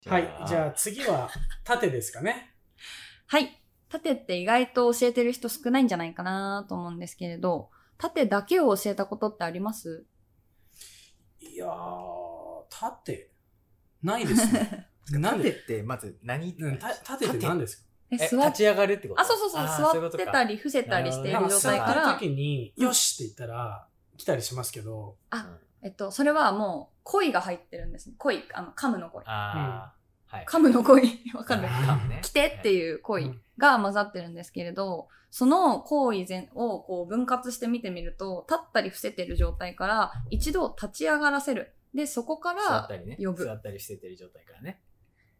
はい。じゃあ次は縦ですかね。 はい。縦って意外と教えてる人少ないんじゃないかなと思うんですけれど、縦だけを教えたことってあります？ いやー、縦ないですね。 縦ってまず何？ 縦って何ですか？ 立ち上がるってこと？ そう。座ってたり伏せたりしている状態から。 座ってる時に、よしって言ったら来たりしますけど。 それはもう恋が入ってるんですね。恋、噛むの恋。 はい。 噛むの恋。わかる？ 来てっていう恋が混ざってるんですけれど、その行為をこう分割して見てみると、立ったり伏せてる状態から一度立ち上がらせる。で、そこから呼ぶ。 座ったり伏せてる状態からね。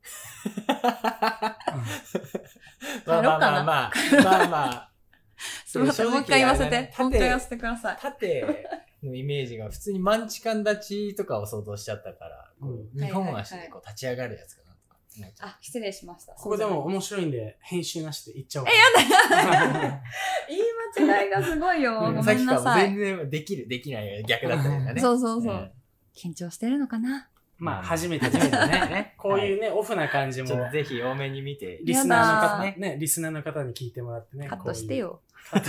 まあ。 すみません、もう一回言わせて。もう一回言わせてください。 縦のイメージが普通にマンチカン立ちとかを想像しちゃったから、2本足でこう立ち上がるやつかなとか。 失礼しました。 ここでも面白いんで、編集なしで言っちゃおう。 やだ言い間違いがすごいよ。ごめんなさい。 さっきから全然できる、できない逆だったんだね。 そう。緊張してるのかな？ まあ、初めてね。こういうね、オフな感じも。 ぜひ多めに見て。 リスナーの方に聞いてもらってね。 カットしてよ。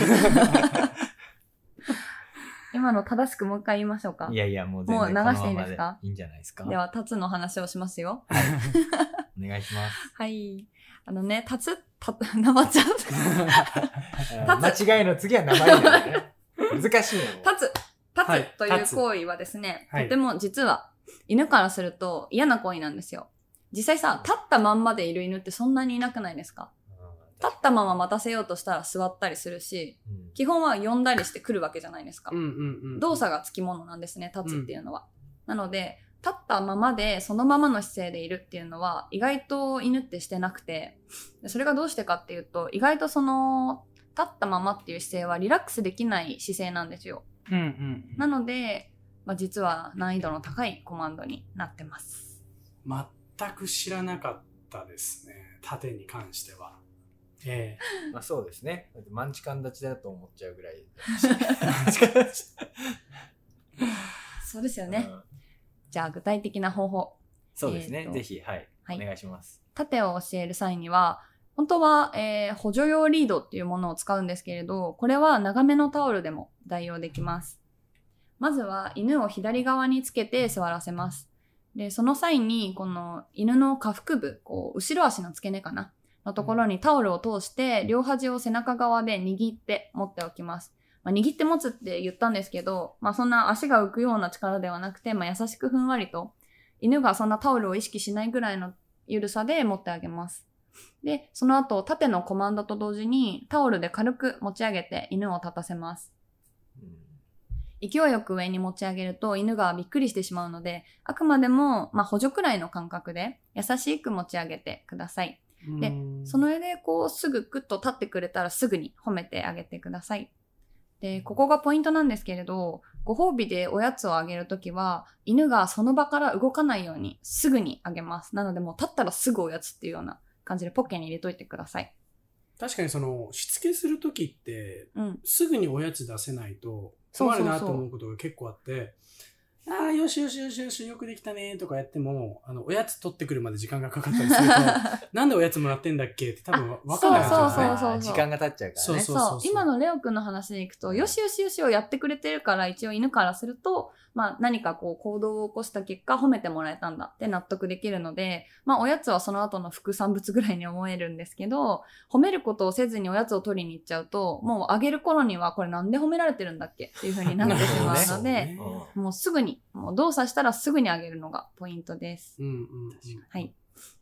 今の正しくもう一回言いましょうか。 いや、もう全然もう流していいですか？ いいんじゃないですか。 では、立つの話をしますよ。 はい。お願いします。 はい。なまっちゃう。 間違いの次は名前だよね。難しいの。 立つという行為はですね、とても実は犬からすると嫌な行為なんですよ。実際さ、立ったまんまでいる犬ってそんなにいなくないですか？立ったまま待たせようとしたら座ったりするし、基本は呼んだりしてくるわけじゃないですか。動作がつきものなんですね、立つっていうのは。なので、立ったままでそのままの姿勢でいるっていうのは意外と犬ってしてなくて、それがどうしてかっていうと、意外とその立ったままっていう姿勢はリラックスできない姿勢なんですよ。なので、実は難易度の高いコマンドになってます。 全く知らなかったですね、縦に関しては。 そうですね。マンチカン立ちだと思っちゃうぐらい。 そうですよね。じゃあ具体的な方法。 そうですね。ぜひ、お願いします。 縦を教える際には、本当は、補助用リードっていうものを使うんですけれど、これは長めのタオルでも代用できます。まずは犬を左側につけて座らせます。で、その際に、この犬の下腹部、後ろ足の付け根かなのところにタオルを通して、両端を背中側で握って持っておきます。握って持つって言ったんですけど、そんな足が浮くような力ではなくて、優しくふんわりと、犬がそんなタオルを意識しないぐらいの緩さで持ってあげます。で、その後、縦のコマンドと同時にタオルで軽く持ち上げて犬を立たせます。勢いよく上に持ち上げると犬がびっくりしてしまうので、あくまでも、補助くらいの感覚で優しく持ち上げてください。で、その上ですぐグッと立ってくれたらすぐに褒めてあげてください。で、ここがポイントなんですけれど、ご褒美でおやつをあげるときは、犬がその場から動かないようにすぐにあげます。なのでもう立ったらすぐおやつっていうような感じでポッケに入れといてください。 確かにしつけするときって、すぐにおやつ出せないと困るなと思うことが結構あって、よしよくできたねとかやっても、おやつ取ってくるまで時間がかかったりすると、なんでおやつもらってんだっけって多分分かんないですよね。 時間が経っちゃうからね。 そう。今のレオくんの話でいくと、よしをやってくれてるから、一応犬からすると、何か行動を起こした結果褒めてもらえたんだって納得できるので、おやつはその後の副産物ぐらいに思えるんですけど、褒めることをせずにおやつを取りに行っちゃうと、もうあげる頃にはこれなんで褒められてるんだっけっていう風になってしまうので、もうすぐに、もう動作したらすぐにあげるのがポイントです。はい。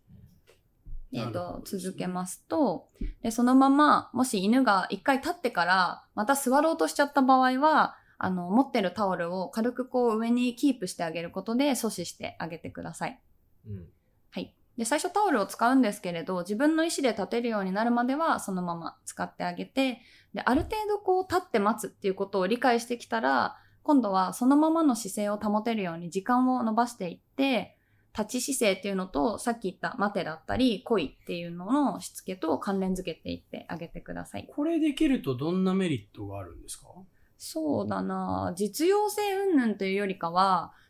続けますと、で、そのまま、もし犬が一回立ってから、また座ろうとしちゃった場合は、持ってるタオルを軽く上にキープしてあげることで阻止してあげてください。はい。で、最初タオルを使うんですけれど、自分の意思で立てるようになるまでは、そのまま使ってあげて、で、ある程度立って待つっていうことを理解してきたら、今度はそのままの姿勢を保てるように時間を伸ばしていって、立ち姿勢っていうのと、さっき言った待てだったり、恋っていうののしつけと関連づけていってあげてください。 これできるとどんなメリットがあるんですか？ そうだな、実用性云々というよりかは、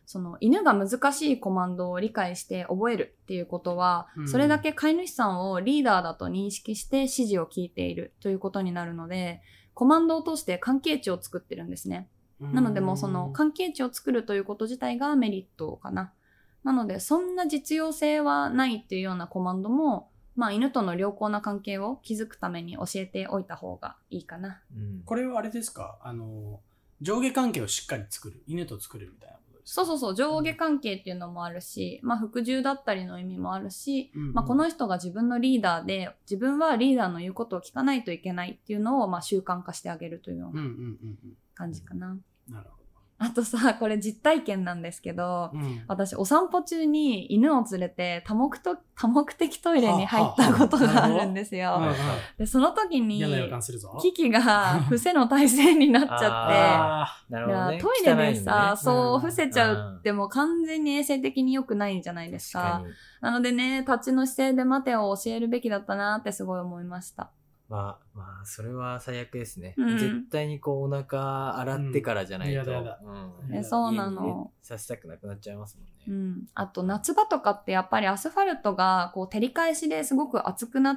その犬が難しいコマンドを理解して覚えるっていうことは、それだけ飼い主さんをリーダーだと認識して指示を聞いているということになるので、コマンドを通して関係値を作ってるんですね。なのでもうその関係値を作るということ自体がメリットかな。なのでそんな実用性はないっていうようなコマンドも、犬との良好な関係を築くために教えておいた方がいいかな。 これはあれですか？上下関係をしっかり作る。犬と作るみたいな。 そう、上下関係っていうのもあるし、服従だったりの意味もあるし、この人が自分のリーダーで、自分はリーダーの言うことを聞かないといけないっていうのを、習慣化してあげるというような感じかな。 なるほど。 あとさ、これ実体験なんですけど、私お散歩中に犬を連れて多目的トイレに入ったことがあるんですよ。で、その時に、キキが伏せの体勢になっちゃって、 なるほどね、 トイレでさ、そう伏せちゃうってもう完全に衛生的に良くないじゃないですか。なのでね、立ちの姿勢で待てを教えるべきだったなってすごい思いました。 それは最悪ですね。絶対にお腹洗ってからじゃないと。 そうなの。 させたくなくなっちゃいますもんね。 あと夏場とかってやっぱりアスファルトが照り返しですごく熱くなって、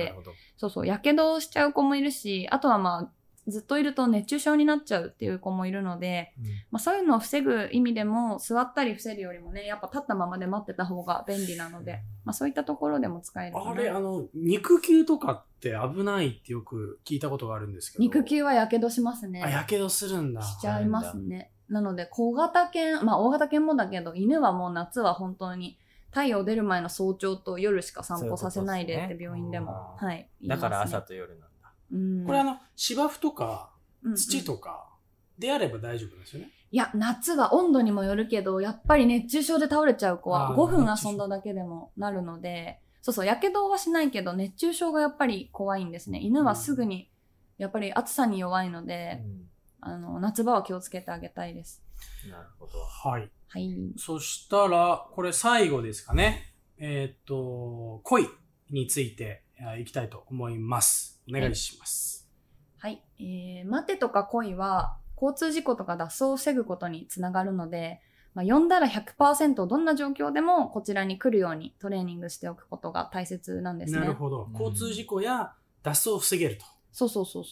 やけどしちゃう子もいるし、あとはずっといると熱中症になっちゃうっていう子もいるので、そういうのを防ぐ意味でも座ったり伏せるよりもね、やっぱ立ったままで待ってた方が便利なので、そういったところでも使えるかな。 あれ、肉球とかって危ないってよく聞いたことがあるんですけど。 肉球はやけどしますね。 やけどするんだ。 しちゃいますね。なので小型犬、大型犬もだけど、犬はもう夏は本当に太陽出る前の早朝と夜しか散歩させないでって病院でも、言いますね。 だから朝と夜なんだ。 これ芝生とか土とかであれば大丈夫ですよね。 いや、夏は温度にもよるけど、やっぱり熱中症で倒れちゃう子は5分遊んだだけでもなるので、やけどはしないけど熱中症がやっぱり怖いんですね。犬はすぐにやっぱり暑さに弱いので、夏場は気をつけてあげたいです。 なるほど。 はい。そしたらこれ最後ですかね。恋についていきたいと思います。お願いします。 はい。待てとか恋は交通事故とか脱走を防ぐことにつながるので、呼んだら 100% どんな状況でもこちらに来るようにトレーニングしておくことが大切なんですね。 なるほど。交通事故や脱走を防げると。 そう。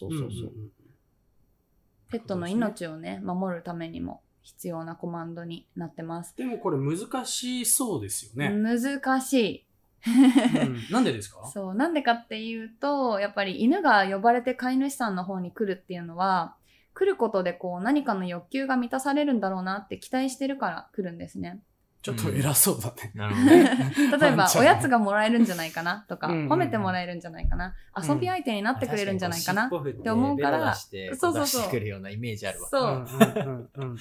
ペットの命をね、守るためにも必要なコマンドになってます。 でもこれ難しそうですよね。 難しい。 なんでですか？ なんでかっていうと、やっぱり犬が呼ばれて飼い主さんの方に来るっていうのは、来ることで何かの欲求が満たされるんだろうなって期待してるから来るんですね。 ちょっと偉そうだね。 なるほどね。 例えば、おやつがもらえるんじゃないかなとか、褒めてもらえるんじゃないかな、遊び相手になってくれるんじゃないかなって思うから、 そう。出してくるようなイメージあるわ。 そう。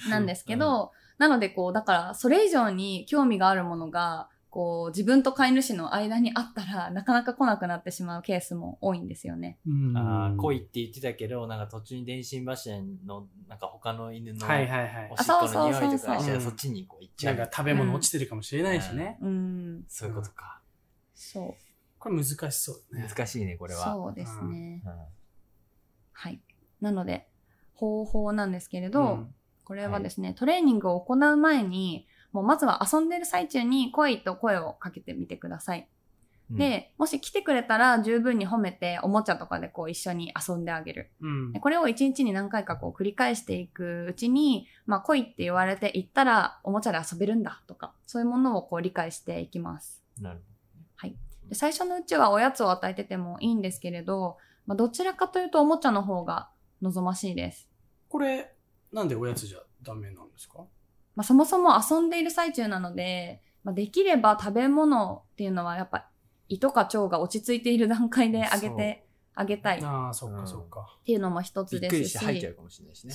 なんですけど、なのでだから、それ以上に興味があるものが、自分と飼い主の間にあったら、なかなか来なくなってしまうケースも多いんですよね。 恋って言ってたけど、途中に電信柱の、他の犬のおしっこの匂いとかしたらそっちに行っちゃう。 食べ物落ちてるかもしれないしね。 そういうことか。 そう。 これ難しそうね。 難しいね、これは。 そうですね。はい。なので、方法なんですけれど、これはですね、トレーニングを行う前に、もうまずは遊んでる最中に恋と声をかけてみてください。で、もし来てくれたら十分に褒めておもちゃとかで一緒に遊んであげる。これを1日に何回か繰り返していくうちに、恋って言われて行ったらおもちゃで遊べるんだとか、そういうものを理解していきます。 なるほど。 はい。で、最初のうちはおやつを与えててもいいんですけれど、どちらかというとおもちゃの方が望ましいです。 これ、なんでおやつじゃダメなんですか？ そもそも遊んでいる最中なので、できれば食べ物っていうのはやっぱ胃とか腸が落ち着いている段階であげてあげたい。 ああ、そっかそっか。 っていうのも一つですし。 びっくりして吐いちゃうかもしれないしね。 そう。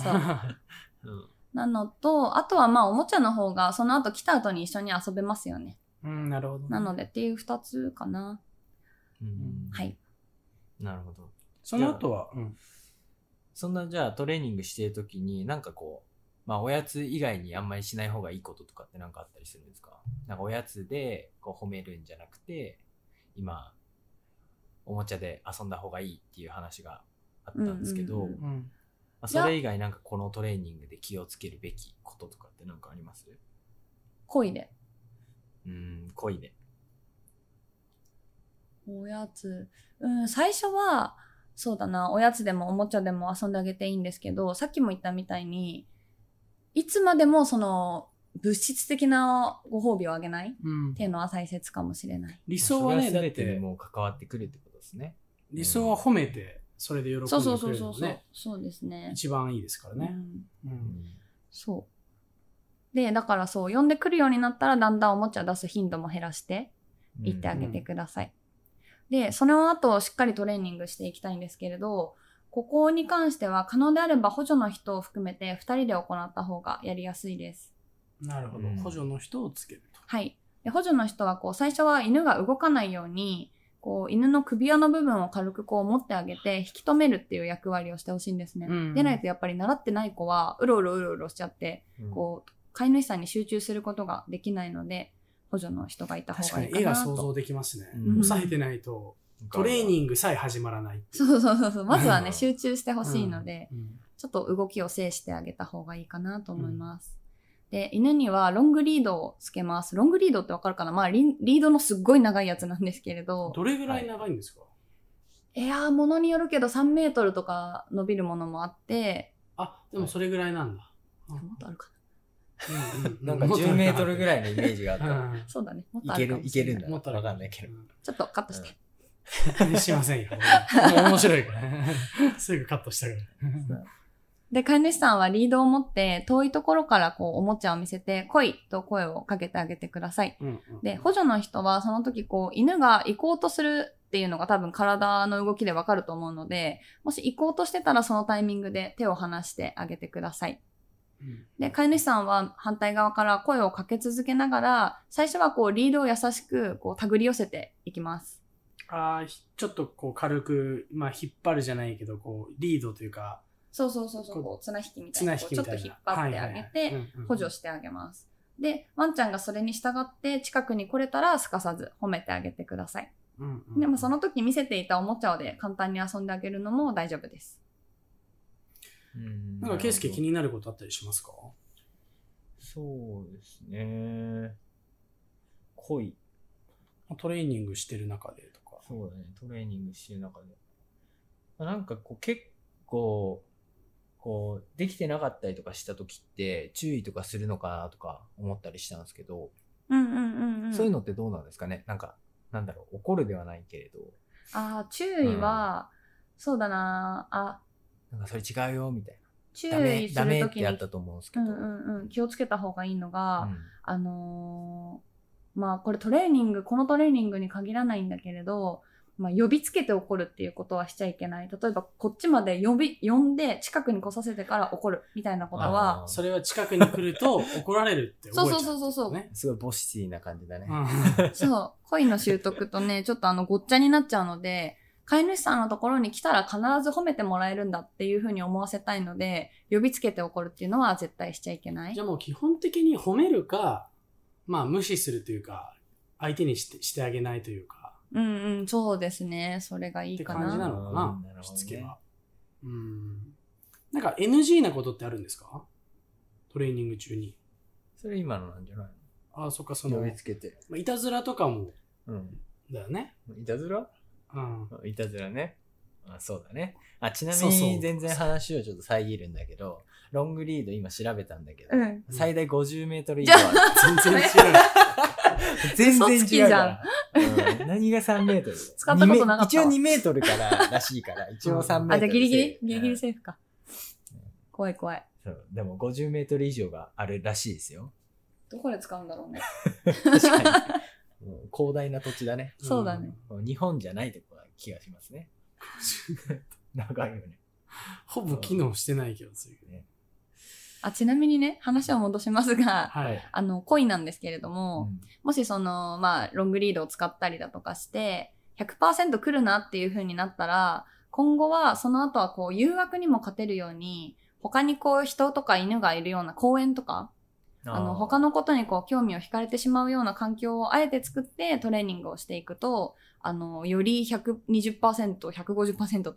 なのと、あとはおもちゃの方がその後来た後に一緒に遊べますよね。 なるほど。 なのでっていう二つかな。はい。 なるほど。 その後は、 そんなじゃあトレーニングしているときにおやつ以外にあんまりしない方がいいこととかって何かあったりするんですか？おやつで褒めるんじゃなくて、今おもちゃで遊んだ方がいいっていう話があったんですけど、 それ以外なんかこのトレーニングで気をつけるべきこととかってなんかあります？ 恋で。 恋で。 おやつ。最初は、そうだな、おやつでもおもちゃでも遊んであげていいんですけど、さっきも言ったみたいに、いつまでもその、物質的なご褒美をあげないっていうのは大切かもしれない。 理想はね、 だって全てにもう関わってくるってことですね。 理想は褒めて、それで喜んでくれるのね。 そうですね。 一番いいですからね。 そう。で、だからそう、呼んでくるようになったら、だんだんおもちゃ出す頻度も減らしていってあげてください。で、その後、しっかりトレーニングしていきたいんですけれど、ここに関しては、可能であれば補助の人を含めて2人で行った方がやりやすいです。 なるほど。補助の人をつけると。 はい。で、補助の人は、最初は犬が動かないように、犬の首輪の部分を軽く持ってあげて、引き止めるっていう役割をしてほしいんですね。でないとやっぱり習ってない子は、うろうろしちゃって、飼い主さんに集中することができないので、補助の人がいた方がいいかなと。 確かに絵が想像できますね。抑えてないと、トレーニングさえ始まらない。 そう。まずはね、集中してほしいので、ちょっと動きを制してあげた方がいいかなと思います。で、犬にはロングリードをつけます。ロングリードってわかるかな？リードのすっごい長いやつなんですけれど。 どれぐらい長いんですか？ ものによるけど3メートルとか伸びるものもあって。 でもそれぐらいなんだ。 もっとあるかな。なんか10メートルぐらいのイメージがあった。 そうだね。もっとあるかもしれない。 いけるんだ。もっとわかんないけど。 ちょっとカットして。 しませんよ。面白いから。すぐカットしたから。 で、飼い主さんはリードを持って遠いところからおもちゃを見せて来いと声をかけてあげてください。で、補助の人はその時犬が行こうとするっていうのが多分体の動きでわかると思うので、もし行こうとしてたらそのタイミングで手を離してあげてください。で、飼い主さんは反対側から声をかけ続けながら、最初はリードを優しく手繰り寄せていきます。 ちょっと軽く、引っ張るじゃないけど、リードというか、 そう、綱引きみたいな。ちょっと引っ張ってあげて、補助してあげます。で、ワンちゃんがそれに従って近くに来れたらすかさず褒めてあげてください。でもその時見せていたおもちゃで簡単に遊んであげるのも大丈夫です。 なんか、ケイスケ気になることあったりしますか？ そうですね。恋。 トレーニングしてる中でとか。 そうだね。トレーニングしてる中で。なんか結構、できてなかったりとかした時って注意とかするのかなとか思ったりしたんですけど、そういうのってどうなんですかね？なんか、なんだろう、怒るではないけれど。 注意は、そうだななんかそれ違うよ、みたいな。 注意する時に。 ダメってあったと思うんですけど。 気をつけた方がいいのが、これこのトレーニングに限らないんだけれど、呼びつけて怒るっていうことはしちゃいけない。例えば、こっちまで呼んで近くに来させてから怒るみたいなことは。 それは近くに来ると怒られるって覚えちゃう、 そう。 すごいボシティな感じだね。 そう。恋の習得とね、ちょっとごっちゃになっちゃうので、飼い主さんのところに来たら必ず褒めてもらえるんだっていうふうに思わせたいので、呼びつけて怒るっていうのは絶対しちゃいけない。 じゃあもう基本的に褒めるか、無視するというか、相手にしてあげないというか。 そうですね。それがいいかな。 って感じなのかな、しつけは。なんか NG なことってあるんですか？トレーニング中に。 それ今のなんじゃないの？ そっか、 呼びつけて。 いたずらとかも、だよね。 いたずら？いたずらね。そうだね。ちなみに全然話をちょっと遮るんだけど、ロングリード今調べたんだけど、最大50メートル以上ある。 全然違う。 全然違うから。何が3メートル？ 使ったことなかった。 一応2メートルかららしいから、一応3メートル。 じゃあギリギリセーフか。怖い。 でも50メートル以上があるらしいですよ。 どこで使うんだろうね。 確かに。広大な土地だね。 そうだね。 日本じゃないとこな気がしますね。長いよね。 ほぼ機能してない気がするね。 ちなみにね、話を戻しますが、恋なんですけれども、もしロングリードを使ったりだとかして、100% 来るなっていう風になったら、今後はその後は誘惑にも勝てるように、他に人とか犬がいるような公園とか、他のことに興味を惹かれてしまうような環境をあえて作ってトレーニングをしていくと、より 120%、150% と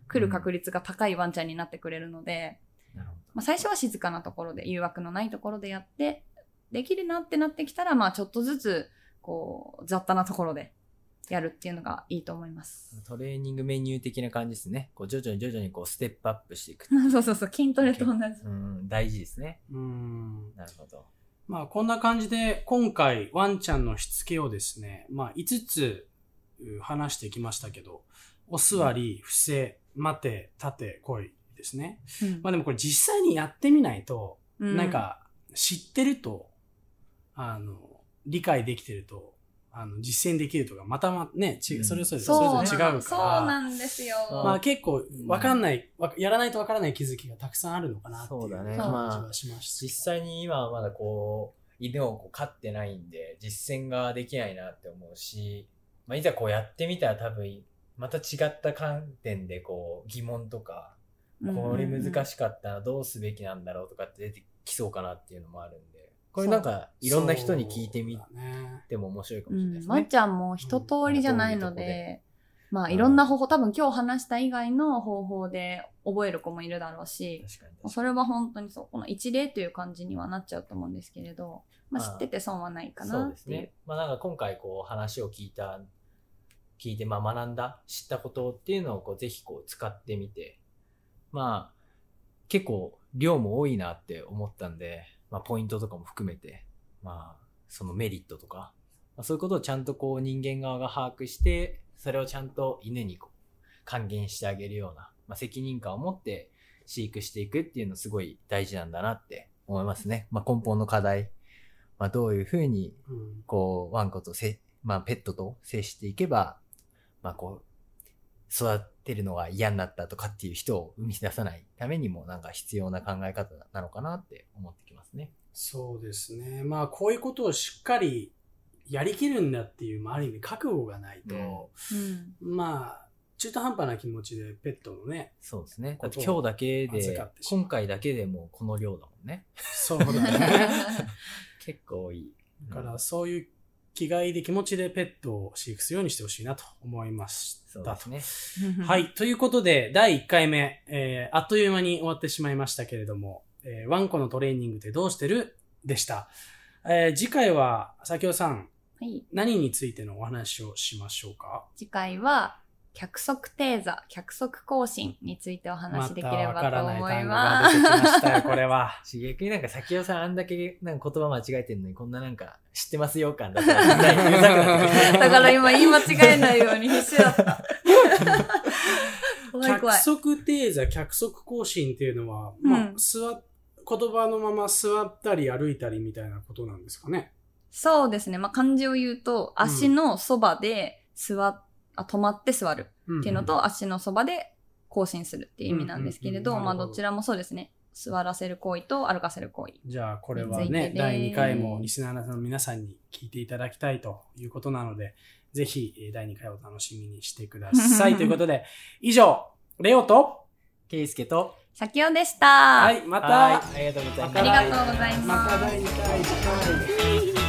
来る確率が高いワンちゃんになってくれるので、最初は静かなところで、誘惑のないところでやって、できるなってなってきたら、ちょっとずつ、雑多なところでやるっていうのがいいと思います。 トレーニングメニュー的な感じですね。徐々にステップアップしていく。 そう、筋トレと同じ。 大事ですね。なるほど。 こんな感じで、今回、ワンちゃんのしつけをですね、5つ話してきましたけど、お座り、伏せ、待て、立て、来いですね。でもこれ実際にやってみないと、なんか、知ってると、理解できてると、実践できるとか、またね、それぞれ違うから。 そうなんですよ。 結構、わかんない、やらないとわからない気づきがたくさんあるのかなっていう感じはしました。 実際に今はまだ犬を飼ってないんで、実践ができないなって思うし、いざやってみたら多分、また違った観点で疑問とか、これ難しかったらどうすべきなんだろうとかって出てきそうかなっていうのもあるんで、これなんかいろんな人に聞いてみても面白いかもしれないですね。 ワンちゃんも一通りじゃないので、いろんな方法、多分今日話した以外の方法で覚える子もいるだろうし、それは本当にこの一例という感じにはなっちゃうと思うんですけれど、知ってて損はないかなっていう。そうですね。 なんか今回話を聞いて学んだ、知ったことっていうのをぜひ使ってみて、結構量も多いなって思ったんで、ポイントとかも含めて、そのメリットとか、そういうことをちゃんと人間側が把握して、それをちゃんと犬に還元してあげるような、責任感を持って飼育していくっていうのすごい大事なんだなって思いますね。根本の課題、どういうふうに、ワンコとペットと接していけば、育てるのが嫌になったとかっていう人を生み出さないためにもなんか必要な考え方なのかなって思ってきますね。 そうですね。こういうことをしっかりやりきるんだっていう、ある意味覚悟がないと、中途半端な気持ちでペットのね。 そうですね。だって今日だけで、今回だけでもこの量だもんね。 そうだね。 結構多い。 だからそういう気概で気持ちでペットを飼育するようにしてほしいなと思いました。 そうですね。 はい。ということで、第1回目、あっという間に終わってしまいましたけれども、ワンコのトレーニングってどうしてるでした。次回は、さきおさん、何についてのお話をしましょうか。 次回は、脚側低座、脚側後進についてお話しできればと思います。 またわからない単語が出てきましたよ、これは。 逆になんか、さきおさんあんだけなんか言葉間違えてるのに、こんななんか、知ってますよ感だったら、 だから今言い間違えないように必死だった。怖い怖い。 脚側低座、脚側後進っていうのは、言葉のまま座ったり歩いたりみたいなことなんですかね。 そうですね。漢字を言うと、足のそばで止まって座るっていうのと、足のそばで後進するっていう意味なんですけれど、どちらもそうですね。座らせる行為と歩かせる行為。 じゃあこれはね、第2回もリスナーの皆さんに聞いていただきたいということなので、ぜひ第2回を楽しみにしてください。ということで、以上、レオとケイスケとさきおでした。 はい、また、 ありがとうございます。 ありがとうございます。 また第2回、次回。